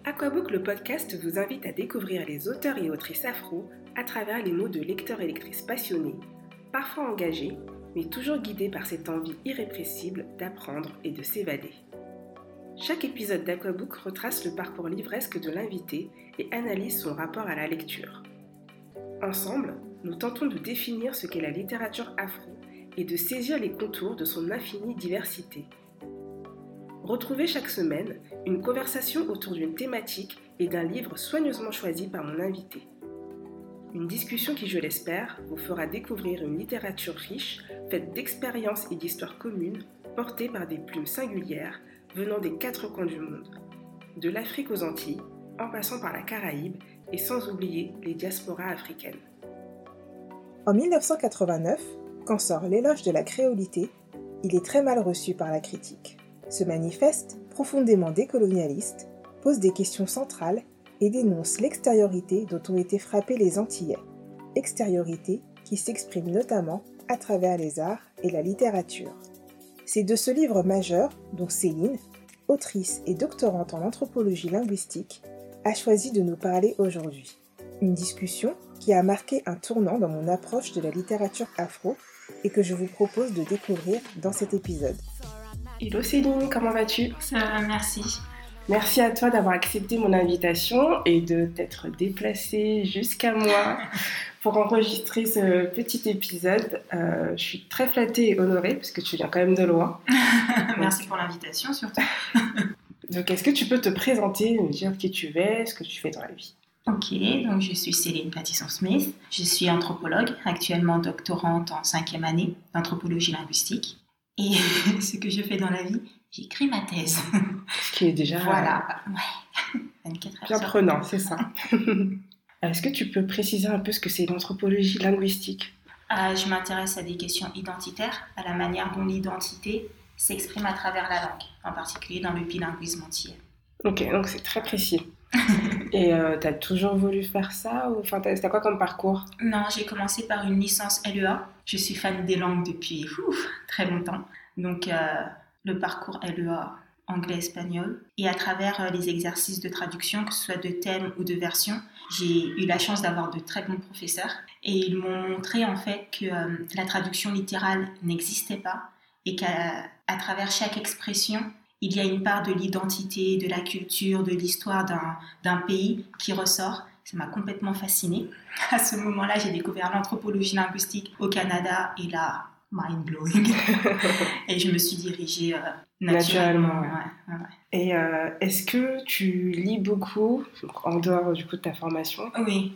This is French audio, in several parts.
Aquabook, le podcast, vous invite à découvrir les auteurs et autrices afro à travers les mots de lecteurs et lectrices passionnés, parfois engagés, mais toujours guidés par cette envie irrépressible d'apprendre et de s'évader. Chaque épisode d'Aquabook retrace le parcours livresque de l'invité et analyse son rapport à la lecture. Ensemble, nous tentons de définir ce qu'est la littérature afro et de saisir les contours de son infinie diversité. Retrouvez chaque semaine une conversation autour d'une thématique et d'un livre soigneusement choisi par mon invité. Une discussion qui, je l'espère, vous fera découvrir une littérature riche, faite d'expériences et d'histoires communes, portées par des plumes singulières venant des quatre coins du monde, de l'Afrique aux Antilles, en passant par la Caraïbe et sans oublier les diasporas africaines. En 1989, quand sort L'éloge de la créolité, il est très mal reçu par la critique. Ce manifeste, profondément décolonialiste, pose des questions centrales et dénonce l'extériorité dont ont été frappés les Antillais, extériorité qui s'exprime notamment à travers les arts et la littérature. C'est de ce livre majeur dont Céline, autrice et doctorante en anthropologie linguistique, a choisi de nous parler aujourd'hui. Une discussion qui a marqué un tournant dans mon approche de la littérature afro et que je vous propose de découvrir dans cet épisode. Hello Céline, comment vas-tu ? Ça va, merci. Merci à toi d'avoir accepté mon invitation et de t'être déplacée jusqu'à moi pour enregistrer ce petit épisode. Je suis très flattée et honorée parce que tu viens quand même de loin. Merci pour l'invitation surtout. Donc est-ce que tu peux te présenter, me dire qui tu es, ce que tu fais dans la vie ? Ok, donc je suis Céline Patisson-Smith. Je suis anthropologue, actuellement doctorante en 5e année d'anthropologie linguistique. Et ce que je fais dans la vie, j'écris ma thèse. Ce qui est déjà voilà, ouais. 24 heures bien prenant, c'est ça. Est-ce que tu peux préciser un peu ce que c'est l'anthropologie linguistique ? Je m'intéresse à des questions identitaires, à la manière dont l'identité s'exprime à travers la langue, en particulier dans le bilinguisme entier. Ok, donc c'est très précis. Et t'as toujours voulu faire ça ou t'as quoi comme parcours ? Non, j'ai commencé par une licence LEA. Je suis fan des langues depuis très longtemps. Donc le parcours LEA anglais-espagnol. Et à travers les exercices de traduction, que ce soit de thèmes ou de versions, j'ai eu la chance d'avoir de très bons professeurs. Et ils m'ont montré en fait que la traduction littérale n'existait pas et qu'à travers chaque expression, il y a une part de l'identité, de la culture, de l'histoire d'un pays qui ressort. Ça m'a complètement fascinée. À ce moment-là, j'ai découvert l'anthropologie linguistique au Canada et là, mind-blowing. Et je me suis dirigée naturellement. Ouais. Et est-ce que tu lis beaucoup, en dehors du coup de ta formation ? Oui.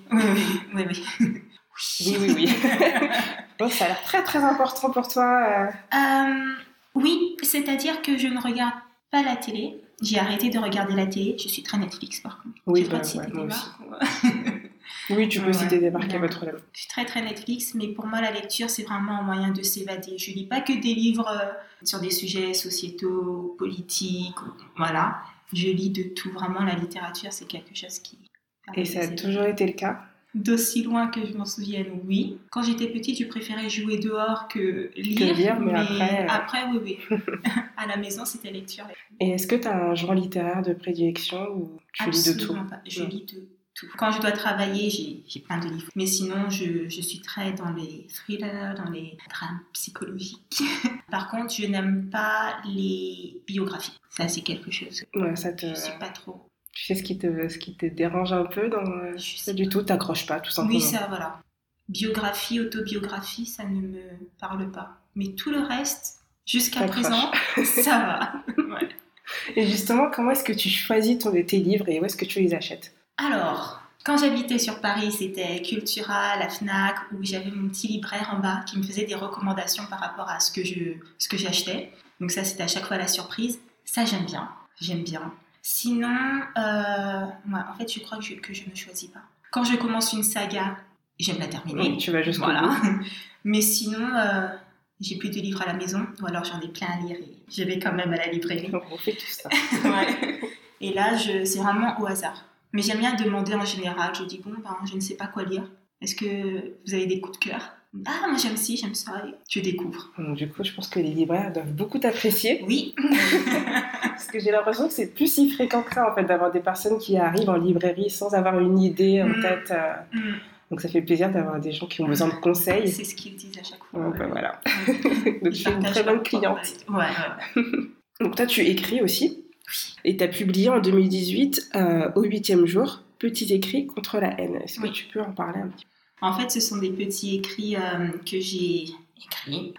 Oui. Bon, ça a l'air très très important pour toi. Oui, c'est-à-dire que je ne regarde pas la télé. J'ai arrêté de regarder la télé. Je suis très Netflix par contre. Oui, moi aussi. Oui, tu peux citer des marques, il n'y a pas de problème. Je suis très Netflix, mais pour moi la lecture c'est vraiment un moyen de s'évader. Je lis pas que des livres sur des sujets sociétaux, politiques, voilà. Je lis de tout. Vraiment la littérature c'est quelque chose qui... Et ça a toujours été le cas ? D'aussi loin que je m'en souvienne, oui. Quand j'étais petite, je préférais jouer dehors que lire. Mais après, oui. À la maison, c'était lecture. Et est-ce que tu as un genre littéraire de prédilection ou tu lis de tout ? Absolument pas. Je lis de tout. Quand je dois travailler, j'ai plein de livres. Mais sinon, je suis très dans les thrillers, dans les drames psychologiques. Par contre, je n'aime pas les biographies. Ça, c'est quelque chose. Ouais, je suis pas trop... Tu sais ce qui te dérange un peu dans... Pas du tout, t'accroches pas, tout simplement. Oui, ça, voilà. Biographie, autobiographie, ça ne me parle pas. Mais tout le reste, jusqu'à présent, ça va. Ouais. Et justement, comment est-ce que tu choisis tes livres et où est-ce que tu les achètes ? Alors, quand j'habitais sur Paris, c'était Cultura, la Fnac, où j'avais mon petit libraire en bas qui me faisait des recommandations par rapport à ce que j'achetais. Donc ça, c'était à chaque fois la surprise. Ça, j'aime bien. Sinon, en fait, je crois que je ne choisis pas. Quand je commence une saga, j'aime la terminer. Oui, tu vas jusqu'au bout. Mais sinon, j'ai plus de livres à la maison, ou alors j'en ai plein à lire et je vais quand même à la librairie. Donc on fait tout ça. Ouais. Et là, c'est vraiment au hasard. Mais j'aime bien demander en général. Je dis, je ne sais pas quoi lire. Est-ce que vous avez des coups de cœur ? Ah, moi j'aime ci, j'aime ça, et je découvre. Donc, du coup, je pense que les libraires doivent beaucoup t'apprécier. Oui. Parce que j'ai l'impression que c'est plus si fréquent que ça, en fait, d'avoir des personnes qui arrivent en librairie sans avoir une idée en tête. Donc ça fait plaisir d'avoir des gens qui ont besoin de conseils. C'est ce qu'ils disent à chaque fois. Ben voilà. Donc je suis une très bonne cliente. Ouais. Donc toi, tu écris aussi. Oui. Et tu as publié en 2018, au 8e jour, Petits écrits contre la haine. Est-ce que tu peux en parler un petit peu? En fait, ce sont des petits écrits que j'ai écrits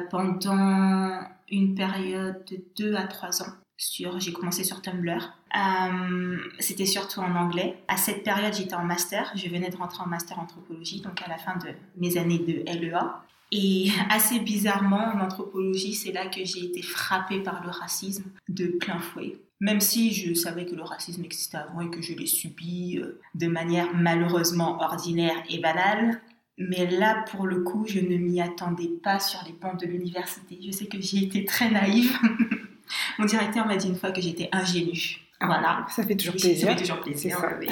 pendant une période de 2 à 3 ans. J'ai commencé sur Tumblr. C'était surtout en anglais. À cette période, j'étais en master. Je venais de rentrer en master anthropologie, donc à la fin de mes années de LEA. Et assez bizarrement, en anthropologie, c'est là que j'ai été frappée par le racisme de plein fouet. Même si je savais que le racisme existait avant et que je l'ai subi de manière malheureusement ordinaire et banale. Mais là, pour le coup, je ne m'y attendais pas sur les bancs de l'université. Je sais que j'ai été très naïve. Mon directeur m'a dit une fois que j'étais ingénue. Voilà. Ça fait toujours plaisir. Ça fait toujours plaisir. Oui.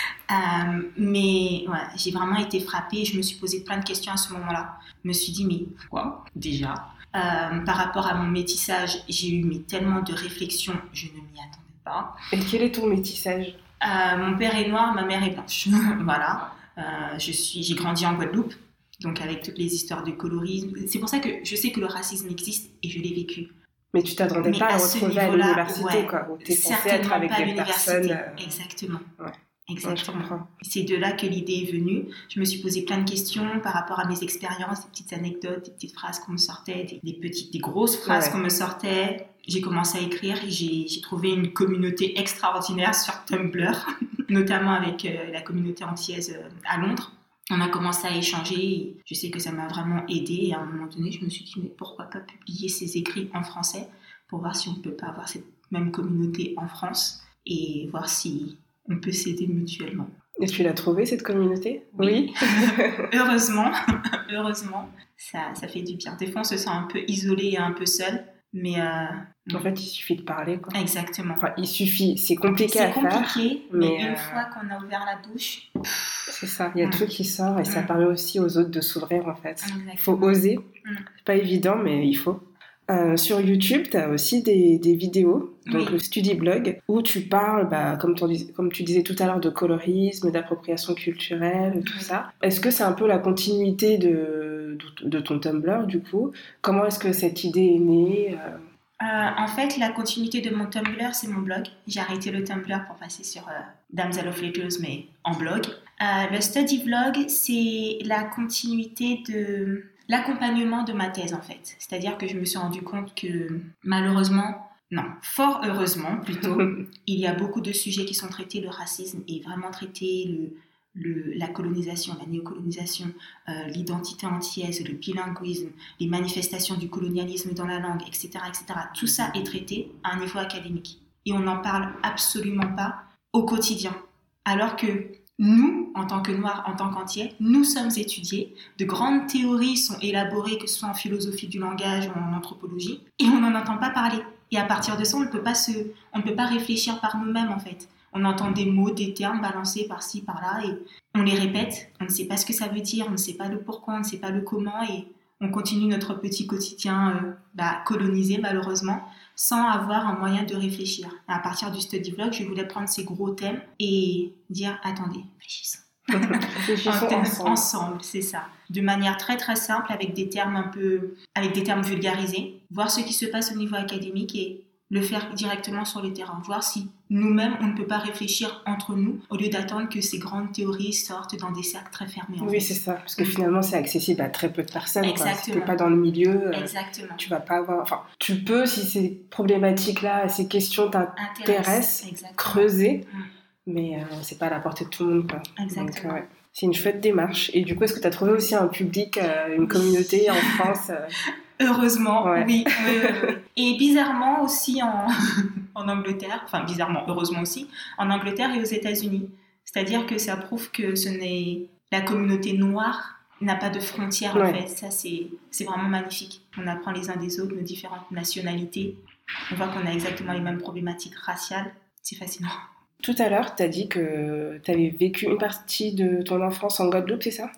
Mais ouais, j'ai vraiment été frappée. Je me suis posé plein de questions à ce moment-là. Je me suis dit, mais pourquoi déjà par rapport à mon métissage, j'ai eu tellement de réflexions, je ne m'y attendais pas. Et quel est ton métissage? Mon père est noir, ma mère est blanche. Voilà. J'ai grandi en Guadeloupe, donc avec toutes les histoires de colorisme. C'est pour ça que je sais que le racisme existe et je l'ai vécu. Mais tu t'attendais pas à retrouver à l'université, quoi, où t'es censé être avec des personnes... Exactement. Ouais. Exactement. Ouais, c'est de là que l'idée est venue. Je me suis posé plein de questions par rapport à mes expériences, des petites anecdotes, des petites phrases qu'on me sortait, des grosses phrases qu'on me sortait. J'ai commencé à écrire et j'ai trouvé une communauté extraordinaire sur Tumblr, notamment avec la communauté antillaise à Londres. On a commencé à échanger et je sais que ça m'a vraiment aidée. Et à un moment donné, je me suis dit, mais pourquoi pas publier ces écrits en français pour voir si on ne peut pas avoir cette même communauté en France et voir si on peut s'aider mutuellement. Et tu l'as trouvée, cette communauté? Oui. Heureusement, ça fait du bien. Des fois, on se sent un peu isolé et un peu seul, mais... En fait, il suffit de parler, quoi. Exactement. Enfin, il suffit, c'est compliqué à faire. C'est compliqué, mais une fois qu'on a ouvert la bouche... C'est ça, il y a tout qui sort et ça permet aussi aux autres de s'ouvrir, en fait. Il faut oser. C'est pas évident, mais il faut. Sur YouTube, tu as aussi des vidéos, donc le StudyBlog, où tu parles, comme tu disais tout à l'heure, de colorisme, d'appropriation culturelle, tout ça. Est-ce que c'est un peu la continuité de ton Tumblr, du coup? Comment est-ce que cette idée est née? En fait, la continuité de mon Tumblr, c'est mon blog. J'ai arrêté le Tumblr pour passer sur Damsel of Letters, mais en blog. Le StudyBlog, c'est la continuité de... l'accompagnement de ma thèse, en fait. C'est-à-dire que je me suis rendu compte que, fort heureusement plutôt, il y a beaucoup de sujets qui sont traités. Le racisme est vraiment traité, la colonisation, la néocolonisation, l'identité antillaise, le bilinguisme, les manifestations du colonialisme dans la langue, etc., etc. Tout ça est traité à un niveau académique. Et on n'en parle absolument pas au quotidien. Alors que nous, en tant que Noirs, en tant qu'Antillais, nous sommes étudiés. De grandes théories sont élaborées, que ce soit en philosophie du langage ou en anthropologie, et on n'en entend pas parler. Et à partir de ça, on ne peut pas réfléchir par nous-mêmes, en fait. On entend des mots, des termes balancés par-ci, par-là, et on les répète. On ne sait pas ce que ça veut dire, on ne sait pas le pourquoi, on ne sait pas le comment, et on continue notre petit quotidien colonisé, malheureusement, sans avoir un moyen de réfléchir. À partir du StudyBlog, je voulais prendre ces gros thèmes et dire, attendez, réfléchissons. Ensemble, c'est ça. De manière très très simple, avec des termes vulgarisés, voir ce qui se passe au niveau académique et le faire directement sur le terrain, voir si nous-mêmes, on ne peut pas réfléchir entre nous au lieu d'attendre que ces grandes théories sortent dans des cercles très fermés. Oui, c'est ça, parce que finalement, c'est accessible à très peu de personnes. Exactement. Si tu n'es pas dans le milieu, Exactement. Tu vas pas avoir... Enfin, tu peux, si ces problématiques-là, ces questions t'intéressent, creuser, mais c'est pas à la portée de tout le monde, quoi. Exactement. Donc, c'est une chouette démarche. Et du coup, est-ce que tu as trouvé aussi un public, une communauté en France Heureusement, oui. Et bizarrement aussi en Angleterre, enfin bizarrement, heureusement aussi, en Angleterre et aux États-Unis. C'est-à-dire que ça prouve que la communauté noire n'a pas de frontières, en fait. Ça, c'est vraiment magnifique. On apprend les uns des autres, nos différentes nationalités. On voit qu'on a exactement les mêmes problématiques raciales. C'est fascinant. Tout à l'heure, tu as dit que tu avais vécu une partie de ton enfance en Guadeloupe, c'est ça? Oui.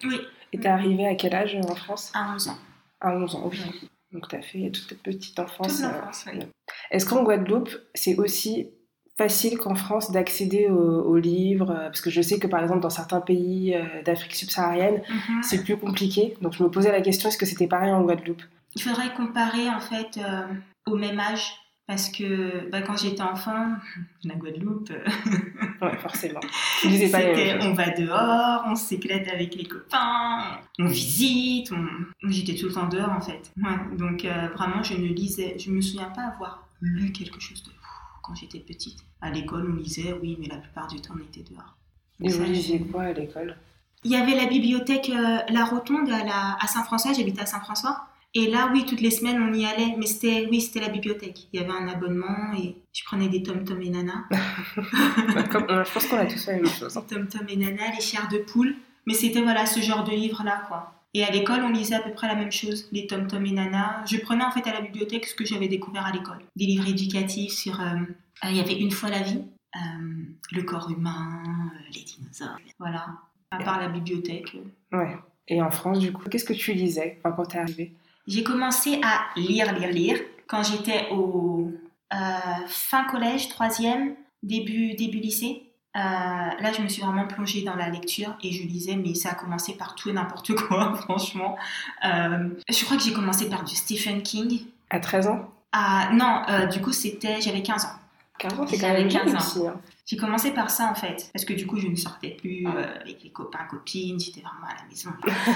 Et t'es arrivée à quel âge en France? À 11 ans. À 11 ans, oui. Oui. Donc t'as fait toute ta petite enfance. Toute l'enfance, oui. Est-ce qu'en Guadeloupe, c'est aussi facile qu'en France d'accéder aux livres? Parce que je sais que par exemple dans certains pays d'Afrique subsaharienne, c'est plus compliqué. Donc je me posais la question, est-ce que c'était pareil en Guadeloupe? Il faudrait comparer en fait au même âge. Parce que quand j'étais enfant, la Guadeloupe, ouais, forcément. Tu disais pas on va dehors, on s'éclate avec les copains, on visite, j'étais tout le temps dehors en fait. Ouais, donc vraiment, je me souviens pas avoir lu quelque chose de quand j'étais petite. À l'école, on lisait, oui, mais la plupart du temps, on était dehors. Et vous lisiez quoi à l'école? Il y avait la bibliothèque La Rotonde à Saint-François, j'habitais à Saint-François. Et là, oui, toutes les semaines, on y allait, mais c'était la bibliothèque. Il y avait un abonnement et je prenais des Tom Tom et Nana. Je pense qu'on a tous fait la même chose. Tom Tom et Nana, les chairs de poule. Mais c'était ce genre de livre-là, quoi. Et à l'école, on lisait à peu près la même chose, les Tom Tom et Nana. Je prenais en fait à la bibliothèque ce que j'avais découvert à l'école. Des livres éducatifs sur... il y avait Une fois la vie, le corps humain, les dinosaures. Voilà, à part la bibliothèque. Ouais. Et en France, du coup, qu'est-ce que tu lisais quand t'es arrivée? J'ai commencé à lire quand j'étais au fin collège, 3e, début lycée. Là, je me suis vraiment plongée dans la lecture et je lisais, mais ça a commencé par tout et n'importe quoi, franchement. Je crois que j'ai commencé par du Stephen King. À 13 ans? Non, du coup, j'avais 15 ans. 15 ans, c'est quand même 15 ans. Aussi, hein. J'ai commencé par ça, en fait, parce que du coup, je ne sortais plus avec les copains, copines, j'étais vraiment à la maison.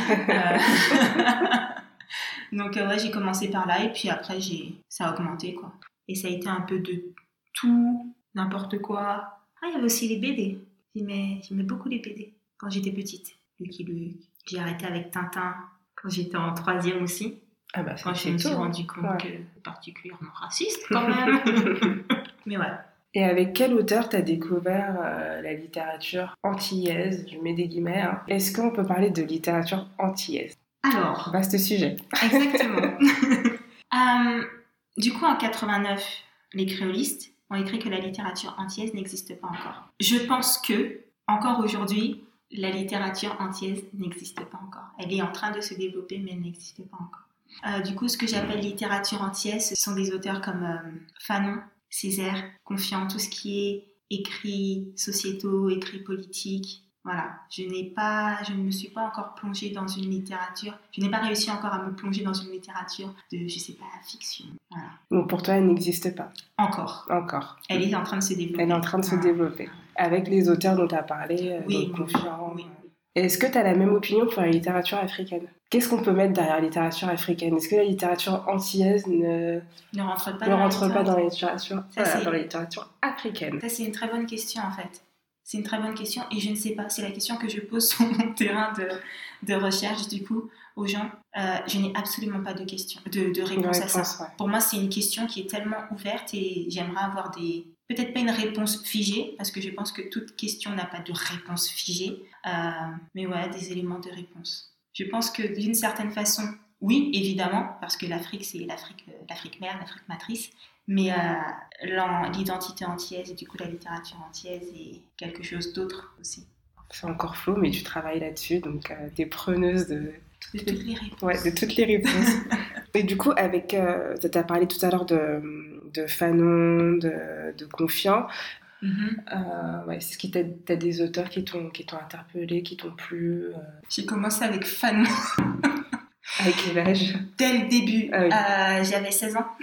Donc ouais, j'ai commencé par là et puis après ça a augmenté quoi. Et ça a été un peu de tout, n'importe quoi. Ah, il y avait aussi les BD. J'aimais beaucoup les BD quand j'étais petite. Lucky Luke. J'ai arrêté avec Tintin quand j'étais en 3e aussi. Ah bah, quand je me suis rendu compte que c'est particulièrement raciste quand même. Mais ouais. Et avec quel auteur t'as découvert la littérature antillaise? Je mets des guillemets. Hein. Est-ce qu'on peut parler de littérature antillaise? Alors, vaste sujet. Exactement. Du coup, en 89, les créolistes ont écrit que la littérature antillaise n'existe pas encore. Je pense que, encore aujourd'hui, la littérature antillaise n'existe pas encore. Elle est en train de se développer, mais elle n'existe pas encore. Du coup, ce que j'appelle littérature antillaise, ce sont des auteurs comme Fanon, Césaire, Confiant, tout ce qui est écrits sociétaux, écrits politiques. Voilà, je ne me suis pas encore plongée dans une littérature, je n'ai pas réussi encore à me plonger dans une littérature de, je sais pas, fiction. Voilà. Donc pour toi, elle n'existe pas? Encore. Elle est en train de se développer. Elle est en train de se développer. Avec les auteurs dont tu as parlé, oui, Confiant. Oui. Est-ce que tu as la même opinion pour la littérature africaine? Qu'est-ce qu'on peut mettre derrière la littérature africaine? Est-ce que la littérature antillaise ne rentre pas dans la littérature africaine? Ça, c'est une très bonne question en fait. C'est une très bonne question et je ne sais pas, c'est la question que je pose sur mon terrain de recherche du coup aux gens. Je n'ai absolument pas de question, de réponse à ça. Ouais. Pour moi, c'est une question qui est tellement ouverte et j'aimerais avoir peut-être pas une réponse figée parce que je pense que toute question n'a pas de réponse figée, mais ouais, des éléments de réponse. Je pense que d'une certaine façon, oui, évidemment, parce que l'Afrique, c'est l'Afrique mère, l'Afrique matrice. Mais l'identité antillaise et du coup la littérature antillaise est quelque chose d'autre aussi. C'est encore flou, mais tu travailles là-dessus, donc t'es preneuse de toutes les réponses. Ouais, de toutes les réponses. Et du coup, t'as parlé tout à l'heure de Fanon, de Confiant. Ouais, c'est ce qui t'as des auteurs qui t'ont interpellé, qui t'ont plu. J'ai commencé avec Fanon. Avec quel âge? Dès le début. Ah oui. J'avais 16 ans.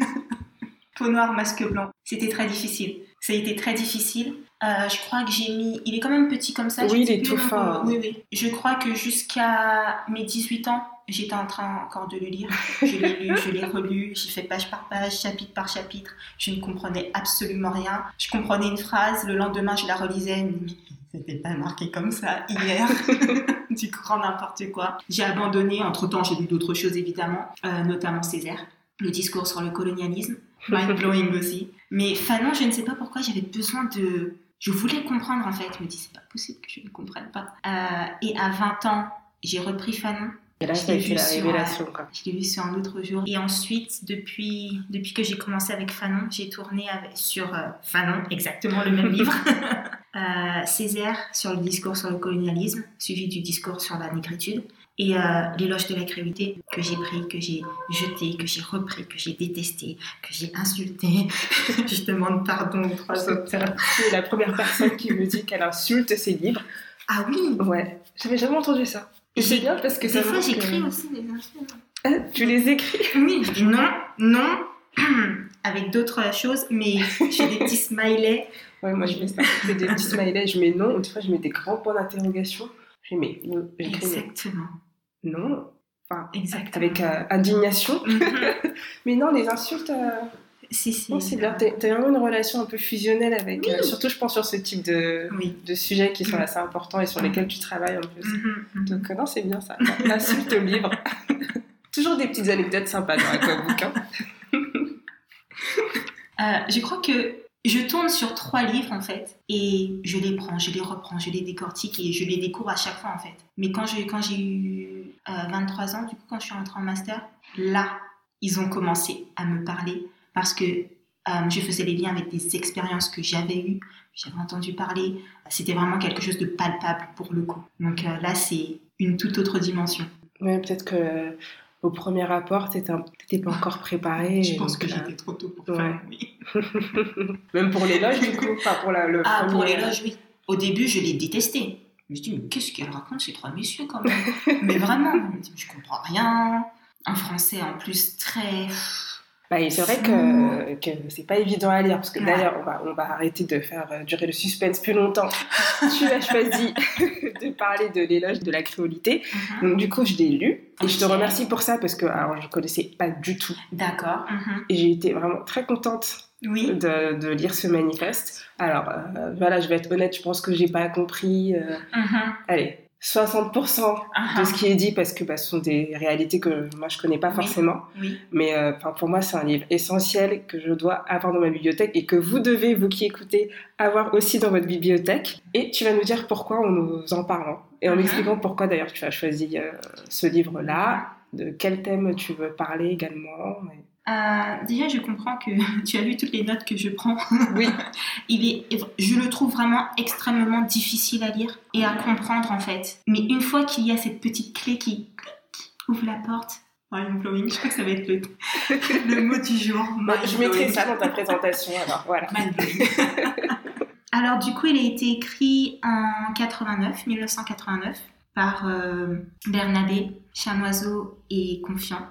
Peau noire, masque blanc. C'était très difficile. Ça a été très difficile. Je crois que il est quand même petit comme ça. Oui, il est tout fin. Oui. Je crois que jusqu'à mes 18 ans, j'étais en train encore de le lire. Je l'ai lu, je l'ai relu. J'ai fait page par page, chapitre par chapitre. Je ne comprenais absolument rien. Je comprenais une phrase. Le lendemain, je la relisais. Mais c'était pas marqué comme ça hier. Du grand n'importe quoi. J'ai abandonné. Entre-temps, j'ai lu d'autres choses, évidemment. Notamment Césaire. Le discours sur le colonialisme. Mind-blowing aussi. Mais Fanon, je ne sais pas pourquoi j'avais besoin je voulais comprendre en fait. Je me dis, c'est pas possible que je ne comprenne pas. Et à 20 ans, j'ai repris Fanon. Et là, ça a été la révélation, quoi. Je l'ai vu sur un autre jour. Et ensuite, depuis que j'ai commencé avec Fanon, j'ai tourné sur Fanon, exactement le même livre. Césaire sur le discours sur le colonialisme, suivi du discours sur la négritude. Et l'éloge de la créolité que j'ai pris, que j'ai jeté, que j'ai repris, que j'ai détesté, que j'ai insulté. Je demande pardon aux 3 auteurs. C'est la première personne qui me dit qu'elle insulte ses livres. Ah oui. Ouais, j'avais jamais entendu ça. Et c'est bien parce que des fois j'écris aussi des insultes. Tu les écris? Oui, je dis non, avec d'autres choses, mais j'ai des petits smileys. Ouais, moi je fais ça. Je fais des petits smileys, je mets non, ou des fois je mets des grands points d'interrogation. Je mets Exactement. Non. Enfin, exactement. Avec indignation. Mais non, les insultes. Si. Non, c'est bien. T'as vraiment une relation un peu fusionnelle avec. Surtout, je pense sur ce type de sujets qui sont assez importants et sur lesquels tu travailles en plus. Donc, non, c'est bien ça. L'insulte au livre. Toujours des petites anecdotes sympas dans Aquabook. Je crois que je tourne sur 3 livres en fait et je les prends, je les reprends, je les décortique et je les découvre à chaque fois en fait. Mais quand j'ai eu 23 ans, du coup quand je suis rentrée en master, là ils ont commencé à me parler parce que je faisais les liens avec des expériences que j'avais eues, j'avais entendu parler, c'était vraiment quelque chose de palpable pour le coup. Donc là c'est une toute autre dimension. Ouais, peut-être que au premier rapport, t'étais pas encore préparée. Je pense que j'étais trop tôt pour faire, oui. Même pour l'éloge, du coup, enfin pour le premier... pour l'éloge, oui. Au début, je les détestais. Je me suis dit, mais qu'est-ce qu'elle raconte ces 3 messieurs quand même? Mais vraiment, je comprends rien. En français, en plus, très... Et c'est vrai que c'est pas évident à lire, parce que d'ailleurs, on va arrêter de faire durer le suspense plus longtemps. Tu as choisi de parler de l'éloge de la créolité. Donc du coup, je l'ai lu. Et je te remercie pour ça, parce que alors, je connaissais pas du tout. D'accord. Et j'ai été vraiment très contente de lire ce manifeste. Alors, voilà, je vais être honnête, je pense que j'ai pas compris... Allez... 60% de ce qui est dit parce que ce sont des réalités que moi je connais pas forcément. Mais pour moi c'est un livre essentiel que je dois avoir dans ma bibliothèque et que vous devez, vous qui écoutez, avoir aussi dans votre bibliothèque. Et tu vas nous dire pourquoi en nous en parlant et en m'expliquant pourquoi d'ailleurs tu as choisi ce livre-là, de quel thème tu veux parler également. Déjà, je comprends que tu as lu toutes les notes que je prends. Oui. Je le trouve vraiment extrêmement difficile à lire et à comprendre en fait. Mais une fois qu'il y a cette petite clé qui ouvre la porte, mind-blowing, je crois que ça va être le mot du jour. Je mettrai ça dans ta présentation alors, voilà. Mind-blowing. Alors du coup, il a été écrit en 1989, par Bernabé, Chamoiseau et Confiant.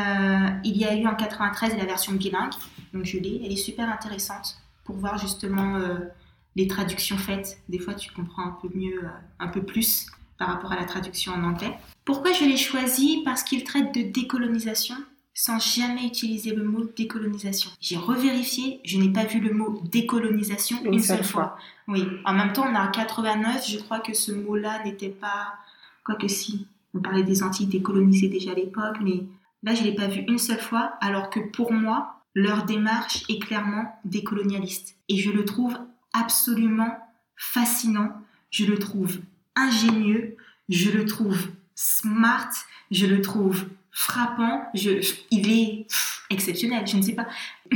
Il y a eu en 93 la version bilingue, donc je l'ai, elle est super intéressante pour voir justement les traductions faites. Des fois tu comprends un peu mieux, un peu plus par rapport à la traduction en anglais. Pourquoi je l'ai choisi? Parce qu'il traite de décolonisation sans jamais utiliser le mot décolonisation. J'ai revérifié, je n'ai pas vu le mot décolonisation une seule fois. Oui, en même temps on est en 89, je crois que ce mot-là n'était pas... Quoique si, on parlait des Antilles décolonisées déjà à l'époque, mais là, je ne l'ai pas vu une seule fois, alors que pour moi, leur démarche est clairement décolonialiste. Et je le trouve absolument fascinant, je le trouve ingénieux, je le trouve smart, je le trouve frappant, il est exceptionnel, je ne sais pas.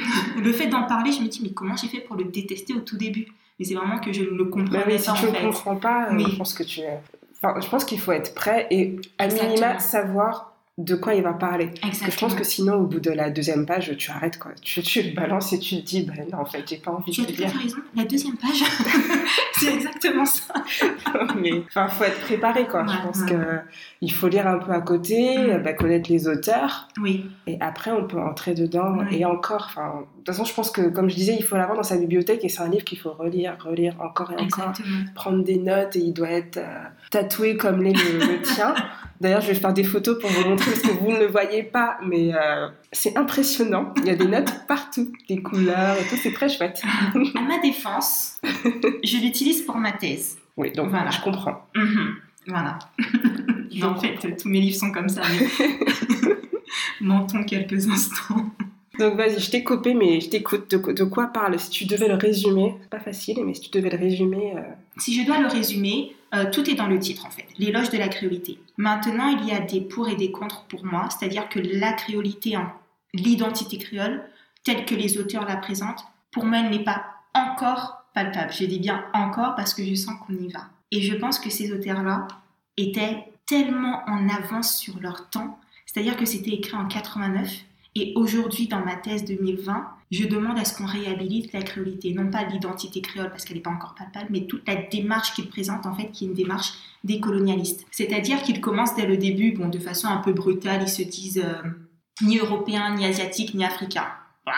Le fait d'en parler, je me dis, mais comment j'ai fait pour le détester au tout début? Mais c'est vraiment que je ne le comprends pas. Si tu ne le comprends pas, je pense que je pense qu'il faut être prêt et à minima savoir de quoi il va parler. Parce que je pense que sinon, au bout de la 2e page, tu arrêtes, quoi. Tu le balances et tu te dis, non, en fait, j'ai pas envie de lire. Tu as tout à fait raison. La 2e page, c'est exactement ça. Mais faut être préparé, quoi. Je pense qu'il faut lire un peu à côté, connaître les auteurs. Oui. Et après, on peut entrer dedans. Et encore, de toute façon, je pense que, comme je disais, il faut l'avoir dans sa bibliothèque et c'est un livre qu'il faut relire encore et encore. Prendre des notes et il doit être tatoué comme l'est le tien. D'ailleurs, je vais faire des photos pour vous montrer parce que vous ne le voyez pas, mais c'est impressionnant. Il y a des notes partout, des couleurs et tout, c'est très chouette. À ma défense, je l'utilise pour ma thèse. Oui, donc voilà. Je comprends. Voilà. En fait, tous mes livres sont comme ça, mais mentons quelques instants. Donc vas-y, je t'ai coupé, mais je t'écoute. De quoi parle? Si tu devais le résumer, c'est pas facile, mais si tu devais le résumer... Si je dois le résumer, tout est dans le titre en fait, l'éloge de la créolité. Maintenant, il y a des pour et des contre pour moi, c'est-à-dire que la créolité, l'identité créole, telle que les auteurs la présentent, pour moi, elle n'est pas encore palpable. Je dis bien encore parce que je sens qu'on y va. Et je pense que ces auteurs-là étaient tellement en avance sur leur temps. C'est-à-dire que c'était écrit en 89 et aujourd'hui, dans ma thèse 2020, je demande à ce qu'on réhabilite la créolité, non pas l'identité créole parce qu'elle n'est pas encore palpable, mais toute la démarche qu'ils présentent en fait, qui est une démarche décolonialiste. C'est-à-dire qu'ils commencent dès le début, de façon un peu brutale, ils se disent ni européens, ni asiatiques, ni africains.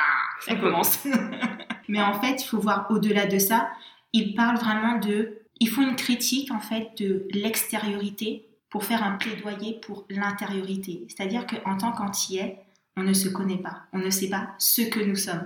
Ça commence. Mais en fait, il faut voir au-delà de ça. Ils parlent vraiment ils font une critique en fait de l'extériorité pour faire un plaidoyer pour l'intériorité. C'est-à-dire qu'en tant qu'antillais, on ne se connaît pas, on ne sait pas ce que nous sommes.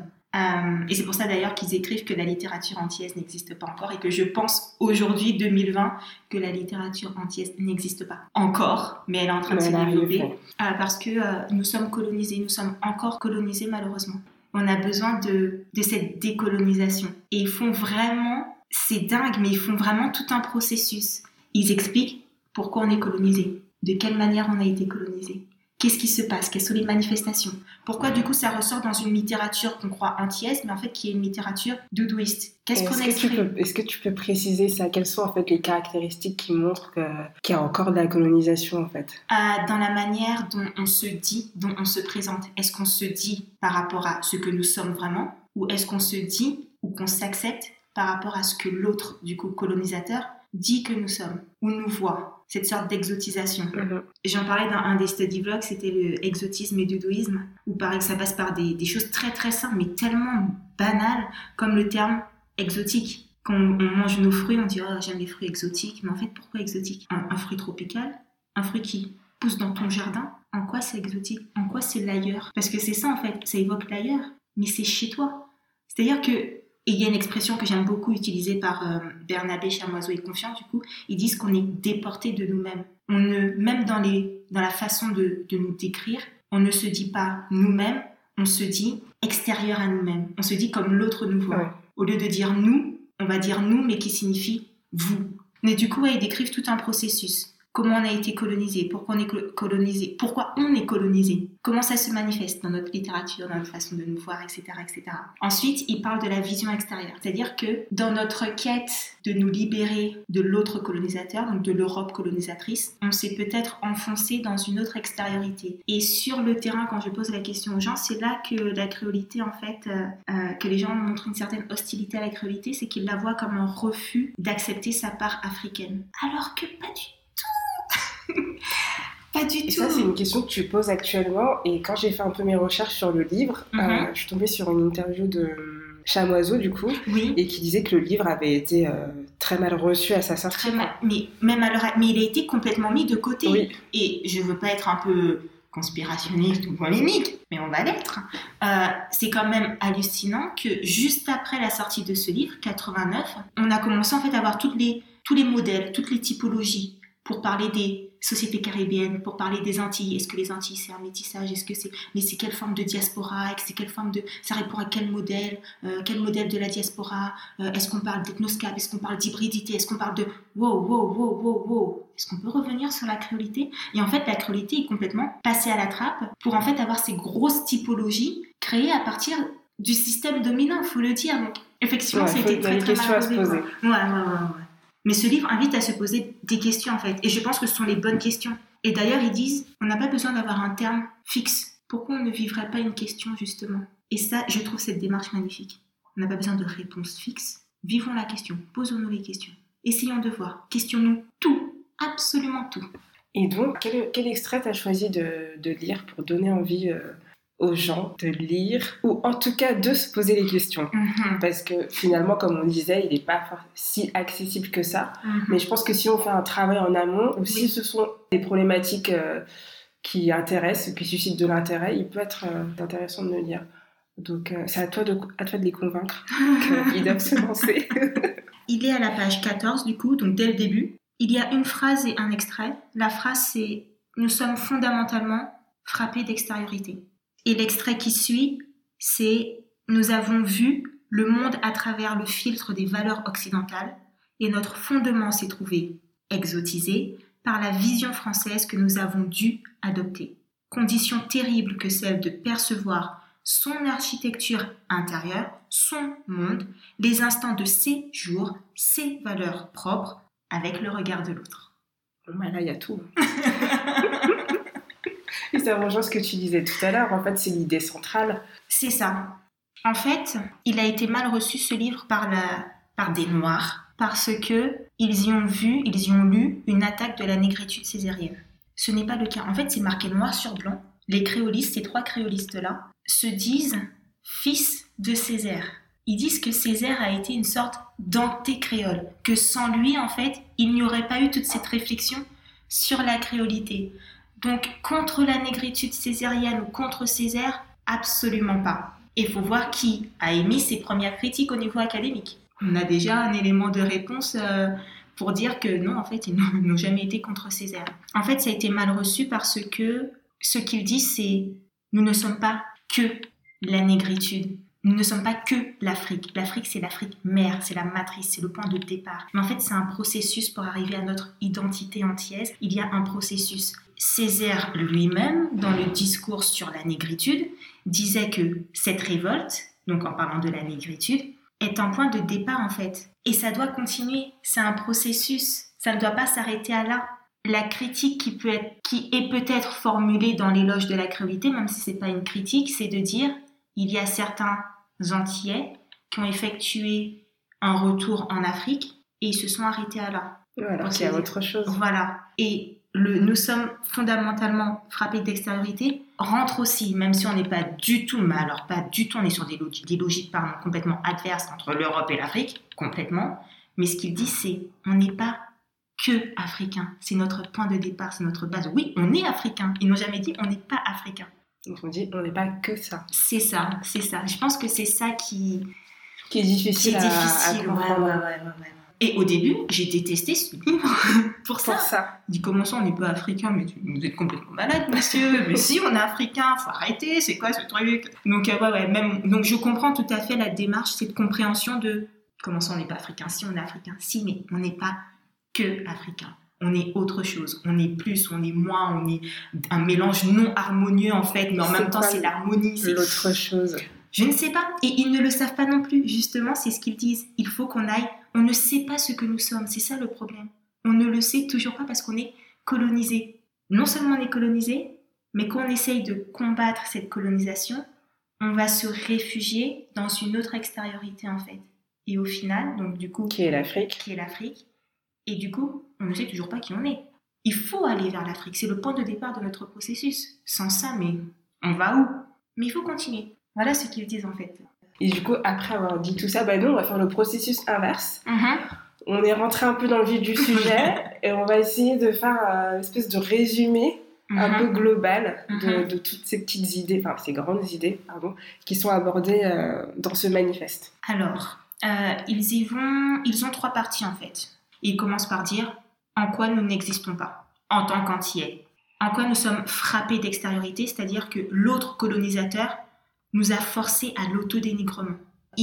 Et c'est pour ça d'ailleurs qu'ils écrivent que la littérature antillaise n'existe pas encore et que je pense aujourd'hui, 2020, que la littérature antillaise n'existe pas encore, mais elle est en train de se développer parce que nous sommes colonisés, nous sommes encore colonisés malheureusement. On a besoin de cette décolonisation. Et ils font vraiment, c'est dingue, mais ils font vraiment tout un processus. Ils expliquent pourquoi on est colonisé, de quelle manière on a été colonisé. Qu'est-ce qui se passe? Quelles sont les manifestations? Pourquoi du coup ça ressort dans une littérature qu'on croit antillaise, mais en fait qui est une littérature doudouiste? Qu'est-ce qu'on exprime? Est-ce que tu peux préciser ça? Quelles sont en fait les caractéristiques qui montrent qu'il y a encore de la colonisation en fait? Dans la manière dont on se dit, dont on se présente. Est-ce qu'on se dit par rapport à ce que nous sommes vraiment? Ou est-ce qu'on se dit ou qu'on s'accepte par rapport à ce que l'autre, du coup colonisateur, dit que nous sommes ou nous voit? Cette sorte d'exotisation. J'en parlais dans un des study vlogs, c'était le exotisme et doudouisme, où pareil que ça passe par des choses très très simples, mais tellement banales, comme le terme exotique. Quand on mange nos fruits, on dit « Oh, j'aime les fruits exotiques », mais en fait, pourquoi exotique? Un fruit tropical, un fruit qui pousse dans ton jardin, en quoi c'est exotique? En quoi c'est l'ailleurs? Parce que c'est ça en fait, ça évoque l'ailleurs, mais c'est chez toi. C'est-à-dire que et il y a une expression que j'aime beaucoup utilisée par Bernabé Chamoiseau et Confiant, du coup, ils disent qu'on est déporté de nous-mêmes. Même dans la façon de nous décrire, on ne se dit pas nous-mêmes, on se dit extérieur à nous-mêmes. On se dit comme l'autre nous voit. Ouais. Au lieu de dire nous, on va dire nous, mais qui signifie vous. Mais du coup, ils décrivent tout un processus. Comment on a été colonisé, pourquoi on est colonisé, pourquoi on est colonisé, comment ça se manifeste dans notre littérature, dans notre façon de nous voir, etc., etc. Ensuite, il parle de la vision extérieure, c'est-à-dire que dans notre quête de nous libérer de l'autre colonisateur, donc de l'Europe colonisatrice, on s'est peut-être enfoncé dans une autre extériorité. Et sur le terrain, quand je pose la question aux gens, c'est là que la créolité, en fait, que les gens montrent une certaine hostilité à la créolité, c'est qu'ils la voient comme un refus d'accepter sa part africaine. Alors que pas du tout. Pas du tout. Ça, c'est une question que tu poses actuellement. Et quand j'ai fait un peu mes recherches sur le livre, je suis tombée sur une interview de Chamoiseau, du coup, et qui disait que le livre avait été très mal reçu à sa sortie. Très mal. Mais il a été complètement mis de côté. Oui. Et je veux pas être un peu conspirationniste ou polémique, mais on va l'être. C'est quand même hallucinant que juste après la sortie de ce livre, 89, on a commencé en fait à avoir tous les modèles, toutes les typologies pour parler des sociétés caribéennes, pour parler des Antilles. Est-ce que les Antilles, c'est un métissage? Mais c'est quelle forme de diaspora? Ça répond à quel modèle de la diaspora? Est-ce qu'on parle d'ethnoscape? Est-ce qu'on parle d'hybridité? Est-ce qu'on parle de wow? Est-ce qu'on peut revenir sur la créolité? Et en fait, la créolité est complètement passée à la trappe pour en fait avoir ces grosses typologies créées à partir du système dominant, il faut le dire. Donc, effectivement, c'était très très mal posé. Ouais. Mais ce livre invite à se poser des questions en fait. Et je pense que ce sont les bonnes questions. Et d'ailleurs, ils disent, on n'a pas besoin d'avoir un terme fixe. Pourquoi on ne vivrait pas une question justement? Et ça, je trouve cette démarche magnifique. On n'a pas besoin de réponse fixe. Vivons la question. Posons-nous les questions. Essayons de voir. Questionnons tout. Absolument tout. Et donc, quel extrait t'as choisi de lire pour donner envie aux gens de lire, ou en tout cas de se poser les questions, parce que finalement, comme on disait, il n'est pas si accessible que ça, mais je pense que si on fait un travail en amont, ou si ce sont des problématiques qui intéressent, qui suscitent de l'intérêt, il peut être intéressant de le lire. Donc c'est à toi de les convaincre qu'ils doivent se lancer. Il est à la page 14 du coup, donc dès le début. Il y a une phrase et un extrait. La phrase c'est « Nous sommes fondamentalement frappés d'extériorité ». Et l'extrait qui suit, c'est « Nous avons vu le monde à travers le filtre des valeurs occidentales et notre fondement s'est trouvé exotisé par la vision française que nous avons dû adopter. Condition terrible que celle de percevoir son architecture intérieure, son monde, les instants de ses jours, ses valeurs propres avec le regard de l'autre. » Bon, là, il y a tout. Et ça rejoint ce que tu disais tout à l'heure. En fait, c'est l'idée centrale. C'est ça. En fait, il a été mal reçu, ce livre, par des Noirs, parce que ils y ont lu une attaque de la négritude césarienne. Ce n'est pas le cas. En fait, c'est marqué noir sur blanc. Les créolistes, ces 3 créolistes-là, se disent fils de Césaire. Ils disent que Césaire a été une sorte d'anté-créole, que sans lui, en fait, il n'y aurait pas eu toute cette réflexion sur la créolité. Donc, contre la négritude césarienne ou contre Césaire, absolument pas. Et il faut voir qui a émis ses premières critiques au niveau académique. On a déjà un élément de réponse pour dire que non, en fait, ils n'ont jamais été contre Césaire. En fait, ça a été mal reçu parce que ce qu'ils disent, c'est « nous ne sommes pas que la négritude ». Nous ne sommes pas que l'Afrique. L'Afrique, c'est l'Afrique mère, c'est la matrice, c'est le point de départ. Mais en fait, c'est un processus pour arriver à notre identité entière. Il y a un processus. Césaire lui-même, dans le discours sur la négritude, disait que cette révolte, donc en parlant de la négritude, est un point de départ en fait. Et ça doit continuer. C'est un processus. Ça ne doit pas s'arrêter à là. La critique qui est peut-être formulée dans l'éloge de la créolité, même si c'est pas une critique, c'est de dire il y a certains Antillais qui ont effectué un retour en Afrique et ils se sont arrêtés à là. Voilà, il y a autre chose. Voilà. Et nous sommes fondamentalement frappés d'extériorité rentre aussi, même si on n'est pas du tout, mais alors pas du tout, on est sur des logiques complètement adverses entre l'Europe et l'Afrique, complètement. Mais ce qu'il dit, c'est on n'est pas que africain. C'est notre point de départ, c'est notre base. Oui, on est africain. Ils n'ont jamais dit on n'est pas africain. Donc on dit on n'est pas que ça. C'est ça. Je pense que c'est ça qui est difficile à comprendre. Ouais. Et au début, j'ai détesté ce livre pour ça. Je dis comment ça on n'est pas africain, mais vous êtes complètement malade, monsieur. Mais si on est africain, faut arrêter. C'est quoi ce truc? Donc donc je comprends tout à fait la démarche, cette compréhension de comment ça on n'est pas africain. Si on est africain, si, mais on n'est pas que africain. On est autre chose, on est plus, on est moins, on est un mélange non harmonieux en fait, mais en même temps c'est l'harmonie. C'est l'autre chose. Je ne sais pas, et ils ne le savent pas non plus, justement, c'est ce qu'ils disent. Il faut qu'on aille, on ne sait pas ce que nous sommes, c'est ça le problème. On ne le sait toujours pas parce qu'on est colonisé. Non seulement on est colonisé, mais quand on essaye de combattre cette colonisation, on va se réfugier dans une autre extériorité en fait. Et au final, donc du coup... Qui est l'Afrique. Et du coup, on ne sait toujours pas qui on est. Il faut aller vers l'Afrique. C'est le point de départ de notre processus. Sans ça, mais on va où? Mais il faut continuer. Voilà ce qu'ils disent en fait. Et du coup, après avoir dit tout ça, nous, on va faire le processus inverse. On est rentré un peu dans le vif du sujet et on va essayer de faire une espèce de résumé un peu global de toutes ces petites idées, enfin ces grandes idées, qui sont abordées dans ce manifeste. Alors, ils ont 3 parties en fait. Ils commencent par dire en quoi nous n'existons pas, en tant qu'Antillais. En quoi nous sommes frappés d'extériorité, c'est-à-dire que l'autre colonisateur nous a forcés à l'autodénigrement.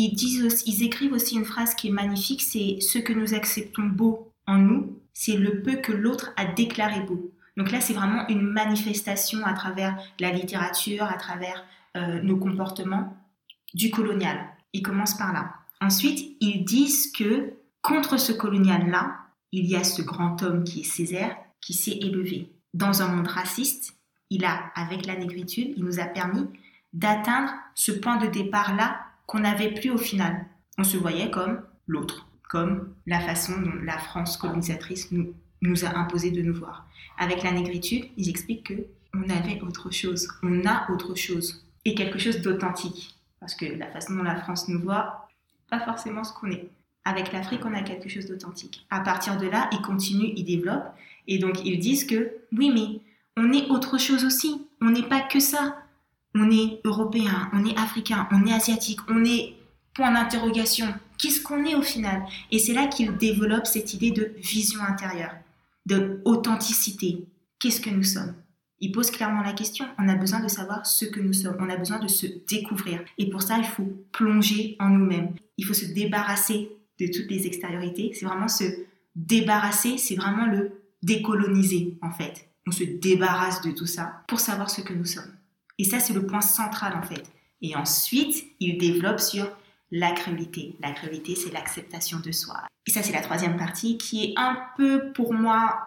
Ils écrivent aussi une phrase qui est magnifique, c'est « Ce que nous acceptons beau en nous, c'est le peu que l'autre a déclaré beau ». Donc là, c'est vraiment une manifestation à travers la littérature, à travers nos comportements du colonial. Ils commencent par là. Ensuite, ils disent que contre ce colonial-là, il y a ce grand homme qui est Césaire, qui s'est élevé. Dans un monde raciste, avec la négritude, il nous a permis d'atteindre ce point de départ-là qu'on n'avait plus au final. On se voyait comme l'autre, comme la façon dont la France colonisatrice nous a imposé de nous voir. Avec la négritude, ils expliquent qu'on avait autre chose, on a autre chose, et quelque chose d'authentique. Parce que la façon dont la France nous voit, pas forcément ce qu'on est. Avec l'Afrique, on a quelque chose d'authentique. À partir de là, ils continuent, ils développent, et donc ils disent que, oui, mais on est autre chose aussi, on n'est pas que ça. On est européen, on est africain, on est asiatique, on est point d'interrogation. Qu'est-ce qu'on est au final? Et c'est là qu'ils développent cette idée de vision intérieure, de authenticité. Qu'est-ce que nous sommes? Ils posent clairement la question. On a besoin de savoir ce que nous sommes. On a besoin de se découvrir. Et pour ça, il faut plonger en nous-mêmes. Il faut se débarrasser de toutes les extériorités. C'est vraiment se débarrasser, c'est vraiment le décoloniser en fait. On se débarrasse de tout ça pour savoir ce que nous sommes. Et ça, c'est le point central, en fait. Et ensuite, il développe sur la créolité. La créolité, c'est l'acceptation de soi. Et ça, c'est la 3e partie qui est un peu, pour moi,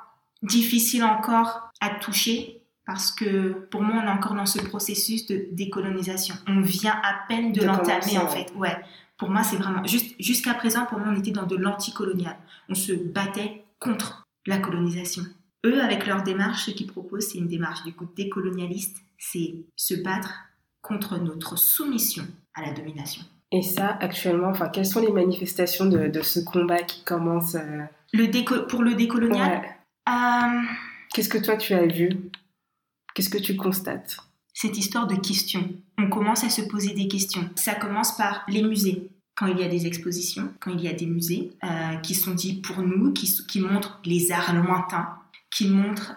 difficile encore à toucher parce que pour moi, on est encore dans ce processus de décolonisation. On vient à peine de l'entamer en fait. Ouais. Pour moi, c'est vraiment... Jusqu'à présent, pour moi, on était dans de l'anticolonial. On se battait contre la colonisation. Eux, avec leur démarche, ce qu'ils proposent, c'est une démarche du coup décolonialiste. C'est se battre contre notre soumission à la domination. Et ça, actuellement, quelles sont les manifestations de ce combat qui commence Pour le décolonial, Qu'est-ce que toi, tu as vu? Qu'est-ce que tu constates? Cette histoire de questions. On commence à se poser des questions. Ça commence par les musées. Quand il y a des expositions, quand il y a des musées qui sont dits pour nous, qui montrent les arts lointains, qui montrent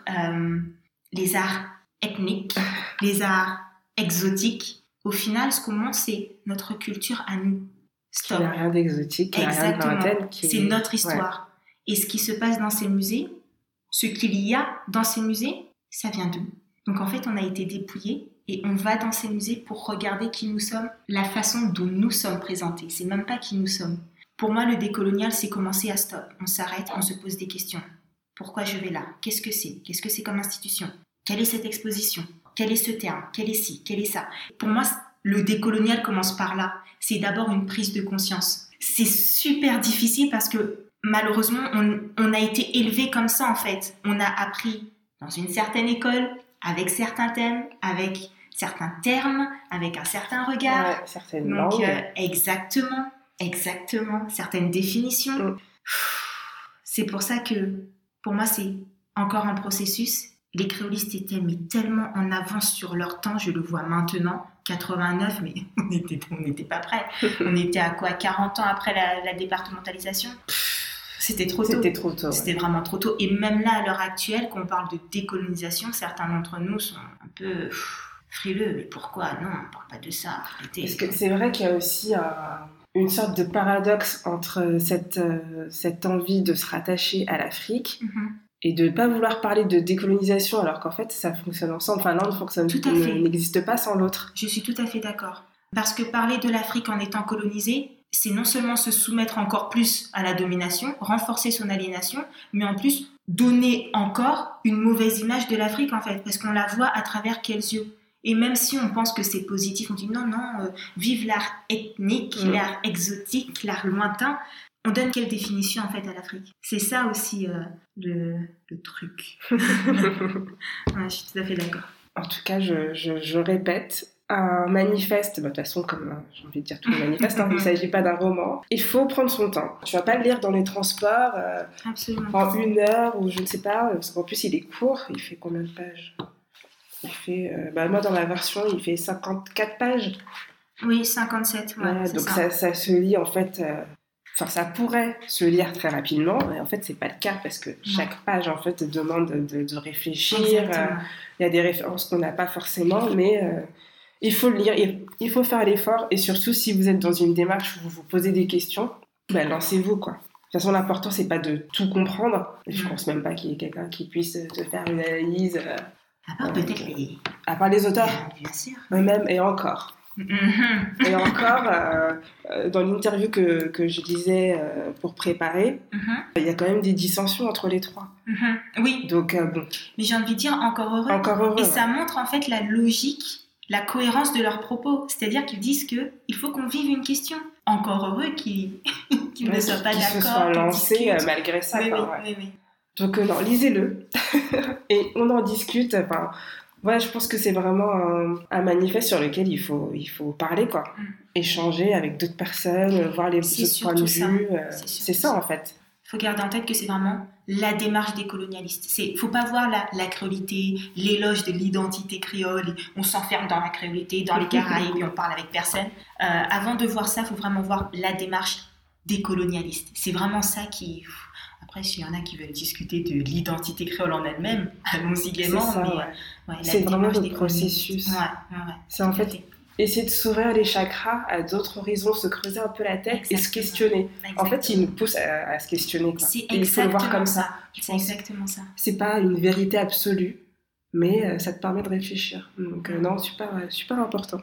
les arts ethniques, les arts exotiques. Au final, ce qu'on montre, c'est notre culture à nous. Stop. Il n'y a rien d'exotique, il n'y a rien de lointain. C'est notre histoire. Ouais. Et ce qui se passe dans ces musées, ce qu'il y a dans ces musées, ça vient d'où? Donc en fait, on a été dépouillés et on va dans ces musées pour regarder qui nous sommes, la façon dont nous sommes présentés. C'est même pas qui nous sommes. Pour moi, le décolonial, c'est commencer à stop. On s'arrête, on se pose des questions. Pourquoi je vais là? Qu'est-ce que c'est? Qu'est-ce que c'est comme institution? Quelle est cette exposition? Quel est ce terme? Quel est ci? Quel est ça? Pour moi, le décolonial commence par là. C'est d'abord une prise de conscience. C'est super difficile parce que malheureusement, on a été élevé comme ça en fait. On a appris dans une certaine école, avec certains thèmes, avec certains termes, avec un certain regard. Ouais, certaines langues. Exactement. Certaines définitions. C'est pour ça que, pour moi, c'est encore un processus. Les créolistes étaient tellement en avance sur leur temps, je le vois maintenant, 89, mais on n'était pas prêts. On était à quoi, 40 ans après la départementalisation? C'était trop tôt. C'était vraiment trop tôt. Et même là, à l'heure actuelle, quand on parle de décolonisation, certains d'entre nous sont un peu frileux. Mais pourquoi? Non, on ne parle pas de ça. Parce que c'est vrai qu'il y a aussi une sorte de paradoxe entre cette envie de se rattacher à l'Afrique et de ne pas vouloir parler de décolonisation alors qu'en fait, ça fonctionne ensemble. Enfin, l'un n'existe pas sans l'autre. Je suis tout à fait d'accord. Parce que parler de l'Afrique en étant colonisée, c'est non seulement se soumettre encore plus à la domination, renforcer son aliénation, mais en plus donner encore une mauvaise image de l'Afrique en fait, parce qu'on la voit à travers quels yeux. Et même si on pense que c'est positif, on dit non, vive l'art ethnique, l'art exotique, l'art lointain, on donne quelle définition en fait à l'Afrique? C'est ça aussi le truc. Ouais, je suis tout à fait d'accord. En tout cas, je répète, un manifeste, de toute façon, comme j'ai envie de dire tous les manifestes, il ne s'agit pas d'un roman. Il faut prendre son temps. Tu ne vas pas le lire dans les transports en 1 heure ou je ne sais pas, parce qu'en plus il est court. Il fait combien de pages? Il fait, moi dans ma version, il fait 54 pages. Oui, 57. Ouais, donc ça se lit en fait. Ça pourrait se lire très rapidement, mais en fait c'est pas le cas parce que chaque page en fait demande de réfléchir. Il y a des références qu'on n'a pas forcément, mais il faut le lire, il faut faire l'effort, et surtout si vous êtes dans une démarche où vous vous posez des questions, lancez-vous quoi. De toute façon, l'important c'est pas de tout comprendre. Je pense même pas qu'il y ait quelqu'un qui puisse te faire une analyse. À part peut-être à part les auteurs. Bien sûr. Même et encore. Et encore, dans l'interview que je lisais pour préparer, il y a quand même des dissensions entre les trois. Oui. Donc bon. Mais j'ai envie de dire encore heureux. Et ça montre en fait la logique, la cohérence de leurs propos. C'est-à-dire qu'ils disent qu'il faut qu'on vive une question. Encore heureux qu'ils ne soient pas d'accord. Qu'ils se soient lancés malgré ça. Oui. Donc non, lisez-le. Et on en discute. Voilà, je pense que c'est vraiment un manifeste sur lequel il faut parler, quoi. Échanger avec d'autres personnes, voir les autres points de vue. C'est ça, en fait. Il faut garder en tête que c'est vraiment la démarche des colonialistes. Il ne faut pas voir la créolité, l'éloge de l'identité créole. On s'enferme dans la créolité, dans les Caraïbes, et on parle avec personne. Avant de voir ça, il faut vraiment voir la démarche des colonialistes. C'est vraiment ça qui... Après, s'il y en a qui veulent discuter de l'identité créole en elle-même, allons-y gaiement. C'est ça, c'est vraiment le processus. C'est en fait essayer de s'ouvrir les chakras à d'autres horizons, se creuser un peu la tête et se questionner. En fait, il nous pousse à se questionner. C'est il faut le voir comme ça. C'est exactement ça. C'est pas une vérité absolue, mais ça te permet de réfléchir. Donc non, super important.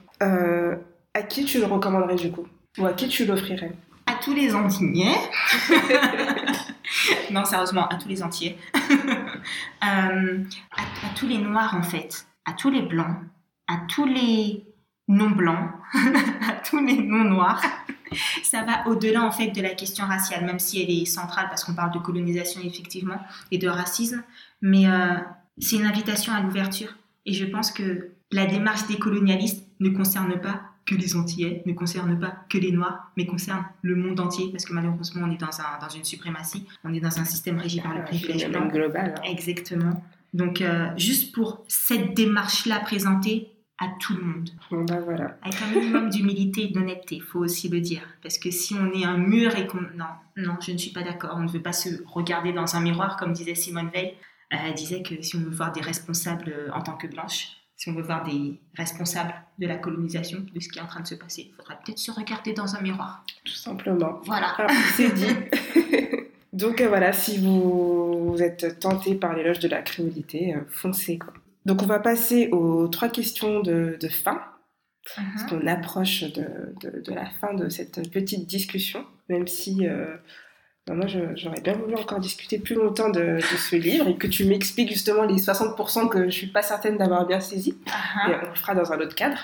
À qui tu le recommanderais du coup? Ou à qui tu l'offrirais? À tous les Antillais. Non, sérieusement, à tous les Antillais. à tous les noirs en fait, à tous les blancs, à tous les non-blancs, à tous les non-noirs. Ça va au-delà en fait de la question raciale, même si elle est centrale parce qu'on parle de colonisation effectivement et de racisme, mais c'est une invitation à l'ouverture. Et je pense que la démarche décolonialiste ne concerne pas que les Antillais, ne concerne pas que les Noirs, mais concerne le monde entier, parce que malheureusement, on est dans une suprématie, on est dans un système régi par le privilège blanc. Global. Hein. Exactement. Donc, juste pour cette démarche-là présentée à tout le monde. Bon, ben voilà. Avec un minimum d'humilité et d'honnêteté, il faut aussi le dire. Parce que si on est un mur et qu'on... Non, je ne suis pas d'accord. On ne veut pas se regarder dans un miroir, comme disait Simone Veil. Elle disait que si on veut voir des responsables en tant que blanches, si on veut voir des responsables de la colonisation, de ce qui est en train de se passer, il faudrait peut-être se regarder dans un miroir. Tout simplement. Voilà. Alors, c'est dit. Donc voilà, si vous êtes tenté par l'éloge de la créolité, foncez quoi. Donc on va passer aux 3 questions de fin, parce qu'on approche de la fin de cette petite discussion, même si moi j'aurais bien voulu encore discuter plus longtemps de ce livre et que tu m'expliques justement les 60% que je suis pas certaine d'avoir bien saisi. Et on le fera dans un autre cadre.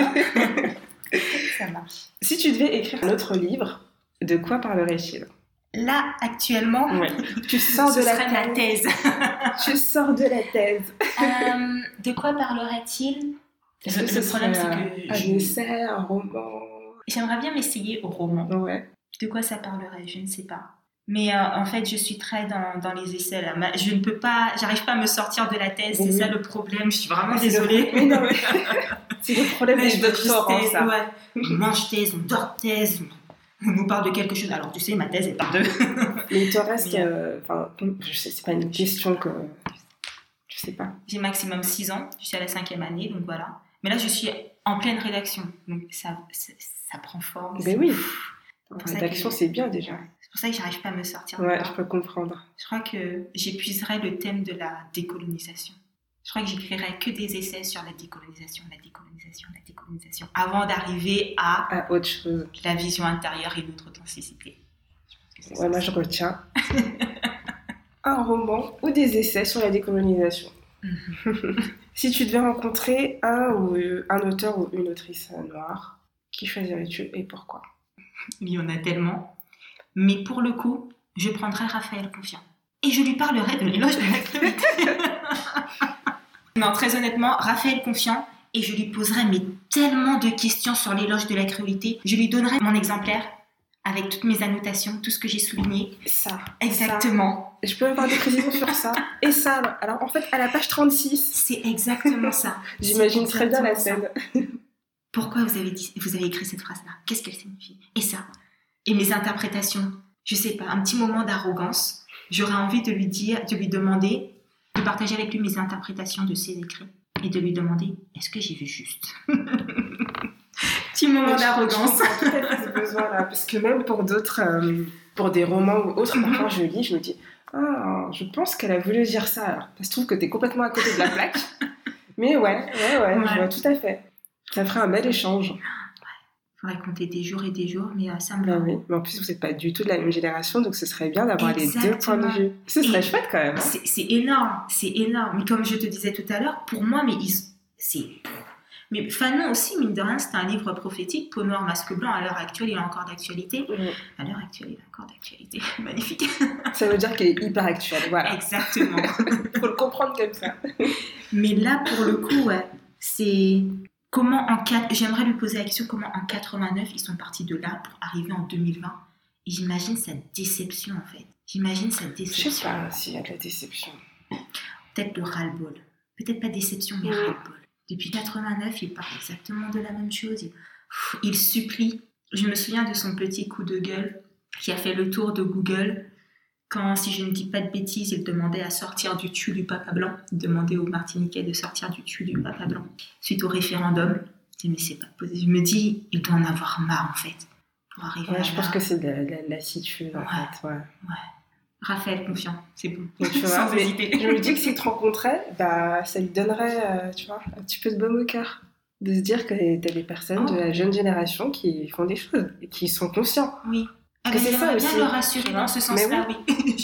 Ça marche. Si tu devais écrire un autre livre, de quoi parlerais-tu ? Là, actuellement, ouais. Tu sors de ma thèse. Tu sors de la thèse. De quoi parlerait-il ? Le problème, c'est que un essai, un roman. J'aimerais bien m'essayer au roman. Ouais. De quoi ça parlerait ? Je ne sais pas. Mais en fait, je suis très dans les essais là. Je ne peux pas, j'arrive pas à me sortir de la thèse. C'est ça le problème. Je suis vraiment désolée. Mais non, mais... c'est le problème des doctorants, ça. Ouais. On mange thèse, on dort thèse. On nous parle de quelque chose. Alors, tu sais, ma thèse est par 2. Mais il te reste... je sais, c'est pas une question que... Je sais pas. J'ai maximum 6 ans. Je suis à la 5e année, donc voilà. Mais là, je suis en pleine rédaction. Donc, ça prend forme. Mais oui. Rédaction, c'est bien déjà. C'est pour ça que j'arrive pas à me sortir. Ouais, je peux comprendre. Je crois que j'épuiserai le thème de la décolonisation. Je crois que j'écrirai que des essais sur la décolonisation, avant d'arriver à autre chose. La vision intérieure et notre authenticité. Ouais, moi je retiens un roman ou des essais sur la décolonisation. Si tu devais rencontrer un auteur ou une autrice noire, qui choisirais-tu et pourquoi ? Il y en a tellement. Mais pour le coup, je prendrais Raphaël Confiant. Et je lui parlerai de l'éloge de la créolité. Non, très honnêtement, Raphaël Confiant, et je lui poserai tellement de questions sur l'éloge de la créolité. Je lui donnerai mon exemplaire avec toutes mes annotations, tout ce que j'ai souligné. Ça. Exactement. Ça. Je peux avoir des précisions sur ça. Et ça, alors en fait, à la page 36. C'est exactement ça. J'imagine très bien la scène. Pourquoi vous avez écrit cette phrase-là ? Qu'est-ce qu'elle signifie ? Et ça. Et mes interprétations. Je sais pas, un petit moment d'arrogance. J'aurais envie de lui demander, de partager avec lui mes interprétations de ses écrits. Et de lui demander, est-ce que j'ai vu juste ? Petit moment d'arrogance. Je tout à fait ce besoin-là, parce que même pour d'autres, pour des romans ou autres, parfois je lis, je me dis, je pense qu'elle a voulu dire ça. Alors, ça se trouve que t'es complètement à côté de la plaque. Mais ouais, je vois tout à fait. Ça ferait un bel échange. Il faudrait compter des jours et des jours, mais ça me va. Oui. Mais en plus, vous n'êtes pas du tout de la même génération, donc ce serait bien d'avoir les 2 points de vue. Ce serait chouette quand même. Hein. C'est énorme. Mais comme je te disais tout à l'heure, pour moi, mais Fanon aussi, mine de rien, c'est un livre prophétique. Peau noire, masque blanc, à l'heure actuelle, il est encore d'actualité. À l'heure actuelle, il est encore d'actualité. Magnifique. Ça veut dire qu'il est hyper actuel, voilà. Exactement. Il faut le comprendre comme ça. Mais là, pour le coup, c'est... J'aimerais lui poser la question comment en 89 ils sont partis de là pour arriver en 2020. Et j'imagine sa déception en fait. Je sais pas s'il y a de la déception. Peut-être le ras-le-bol. Peut-être pas déception mais ras-le-bol. Depuis 89 il parle exactement de la même chose. Il supplie. Je me souviens de son petit coup de gueule qui a fait le tour de Google. Quand, si je ne dis pas de bêtises, il demandait à sortir du tue du papa blanc. Il demandait aux Martiniquais de sortir du tue du papa blanc. Suite au référendum, je me dis, mais c'est pas possible. Je me dis, il doit en avoir marre, en fait, pour arriver à je pense que c'est de la lassitude, en fait. Ouais. Raphaël Confiant, c'est bon. Donc, tu vois, sans hésiter. Je me dis que s'il te rencontrait, ça lui donnerait, un petit peu de baume au cœur. De se dire que t'as des personnes de la jeune génération qui font des choses et qui sont conscients. Oui. C'est ça aussi. Bien le rassurer dans ce sens-là, oui.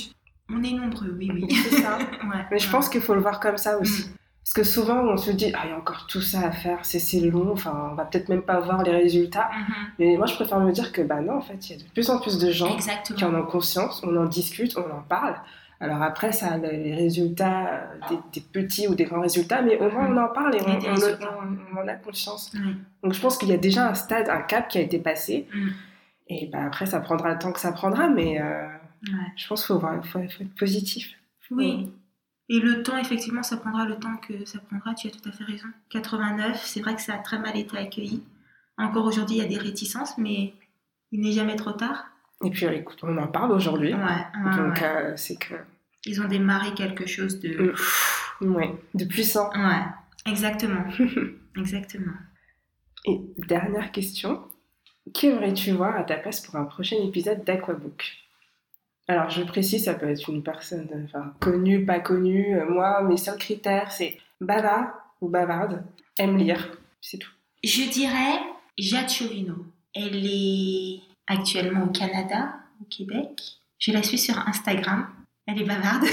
On est nombreux, oui. C'est ça. Ouais, Mais je pense qu'il faut le voir comme ça aussi. Parce que souvent, on se dit, il y a encore tout ça à faire, c'est long, enfin, on va peut-être même pas voir les résultats. Mais moi, je préfère me dire que, non, en fait, il y a de plus en plus de gens qui en ont conscience, on en discute, on en parle. Alors après, ça a les résultats, des petits ou des grands résultats, mais au moins on en parle et on en a conscience. Donc je pense qu'il y a déjà un cap qui a été passé. Et après, ça prendra le temps que ça prendra, mais je pense qu'il faut être positif. Oui. Et le temps, effectivement, ça prendra le temps que ça prendra, tu as tout à fait raison. 89, c'est vrai que ça a très mal été accueilli. Encore aujourd'hui, il y a des réticences, mais il n'est jamais trop tard. Et puis, écoute, on en parle aujourd'hui. Donc, c'est que... Ils ont démarré quelque chose de... de puissant. Ouais, exactement. Exactement. Et dernière question. Qui aurais-tu voir à ta place pour un prochain épisode d'Aquabook ? Alors, je précise, ça peut être une personne connue, pas connue. Moi, mes seuls critères, c'est bavard ou bavarde, aime lire, c'est tout. Je dirais Jade Chauvino. Elle est actuellement au Canada, au Québec. Je la suis sur Instagram. Elle est bavarde.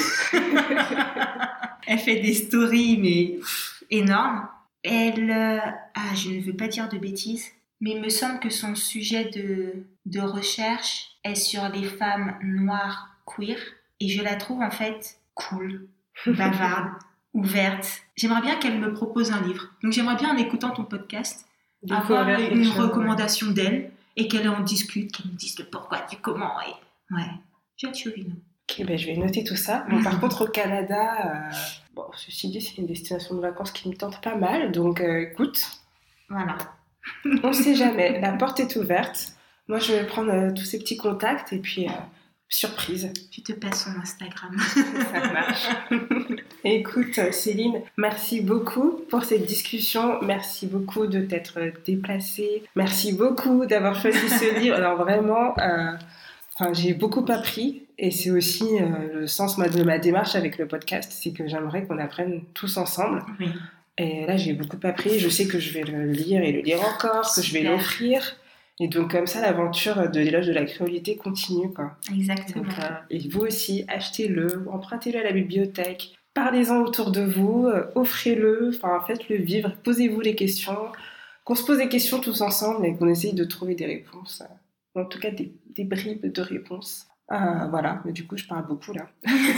Elle fait des stories, mais énormes. Elle... je ne veux pas dire de bêtises, mais il me semble que son sujet de recherche est sur les femmes noires queer. Et je la trouve en fait cool, bavarde, ouverte. J'aimerais bien qu'elle me propose un livre. Donc j'aimerais bien, en écoutant ton podcast, avoir une recommandation d'elle et qu'elle en discute, qu'elle me dise le pourquoi, du comment. Et... Ouais, Jade Chauvino. Ok, je vais noter tout ça. Bon, par contre, au Canada, ceci dit, c'est une destination de vacances qui me tente pas mal. Donc, écoute, voilà. On ne sait jamais. La porte est ouverte. Moi, je vais prendre tous ces petits contacts et puis, surprise. Tu te passes son Instagram. Ça marche. Écoute, Céline, merci beaucoup pour cette discussion. Merci beaucoup de t'être déplacée. Merci beaucoup d'avoir choisi ce livre. Alors, vraiment... j'ai beaucoup appris et c'est aussi le sens de ma démarche avec le podcast, c'est que j'aimerais qu'on apprenne tous ensemble. Oui. Et là, j'ai beaucoup appris. Je sais que je vais le lire et le lire encore, que je vais l'offrir. Et donc, comme ça, l'aventure de l'éloge de la créolité continue, quoi. Exactement. Donc, et vous aussi, achetez-le, empruntez-le à la bibliothèque, parlez-en autour de vous, offrez-le, faites-le vivre, posez-vous les questions, qu'on se pose des questions tous ensemble et qu'on essaye de trouver des réponses. En tout cas, des bribes de réponses. Voilà, mais du coup, je parle beaucoup, là.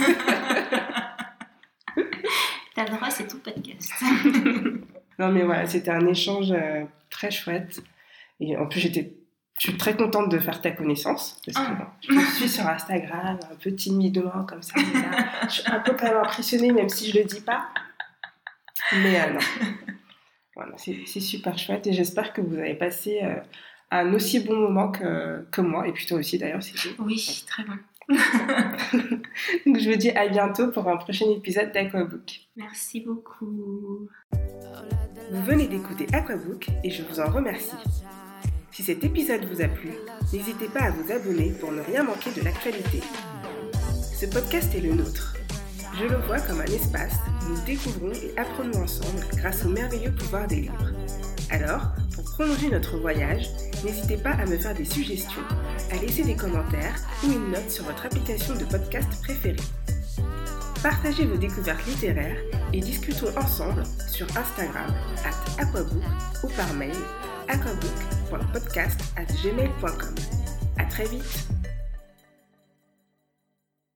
T'as le droit, c'est ton podcast. Non, mais voilà, c'était un échange très chouette. Et en plus, je suis très contente de faire ta connaissance. Parce que je me suis sur Instagram, un peu timidement, comme ça. Mais là, je suis un peu quand même impressionnée, même si je le dis pas. Mais non. Voilà, c'est super chouette. Et j'espère que vous avez passé... un aussi bon moment que moi, et puis toi aussi d'ailleurs. Oui, très bon. Donc je vous dis à bientôt pour un prochain épisode d'Aquabook. Merci beaucoup. Vous venez d'écouter Aquabook et je vous en remercie. Si cet épisode vous a plu, n'hésitez pas à vous abonner pour ne rien manquer de l'actualité. Ce podcast est le nôtre. Je le vois comme un espace où nous découvrons et apprenons ensemble grâce au merveilleux pouvoir des livres. Alors, pour prolonger notre voyage, n'hésitez pas à me faire des suggestions, à laisser des commentaires ou une note sur votre application de podcast préférée. Partagez vos découvertes littéraires et discutons ensemble sur Instagram @aquabook ou par mail aquabook.podcast@gmail.com. À très vite.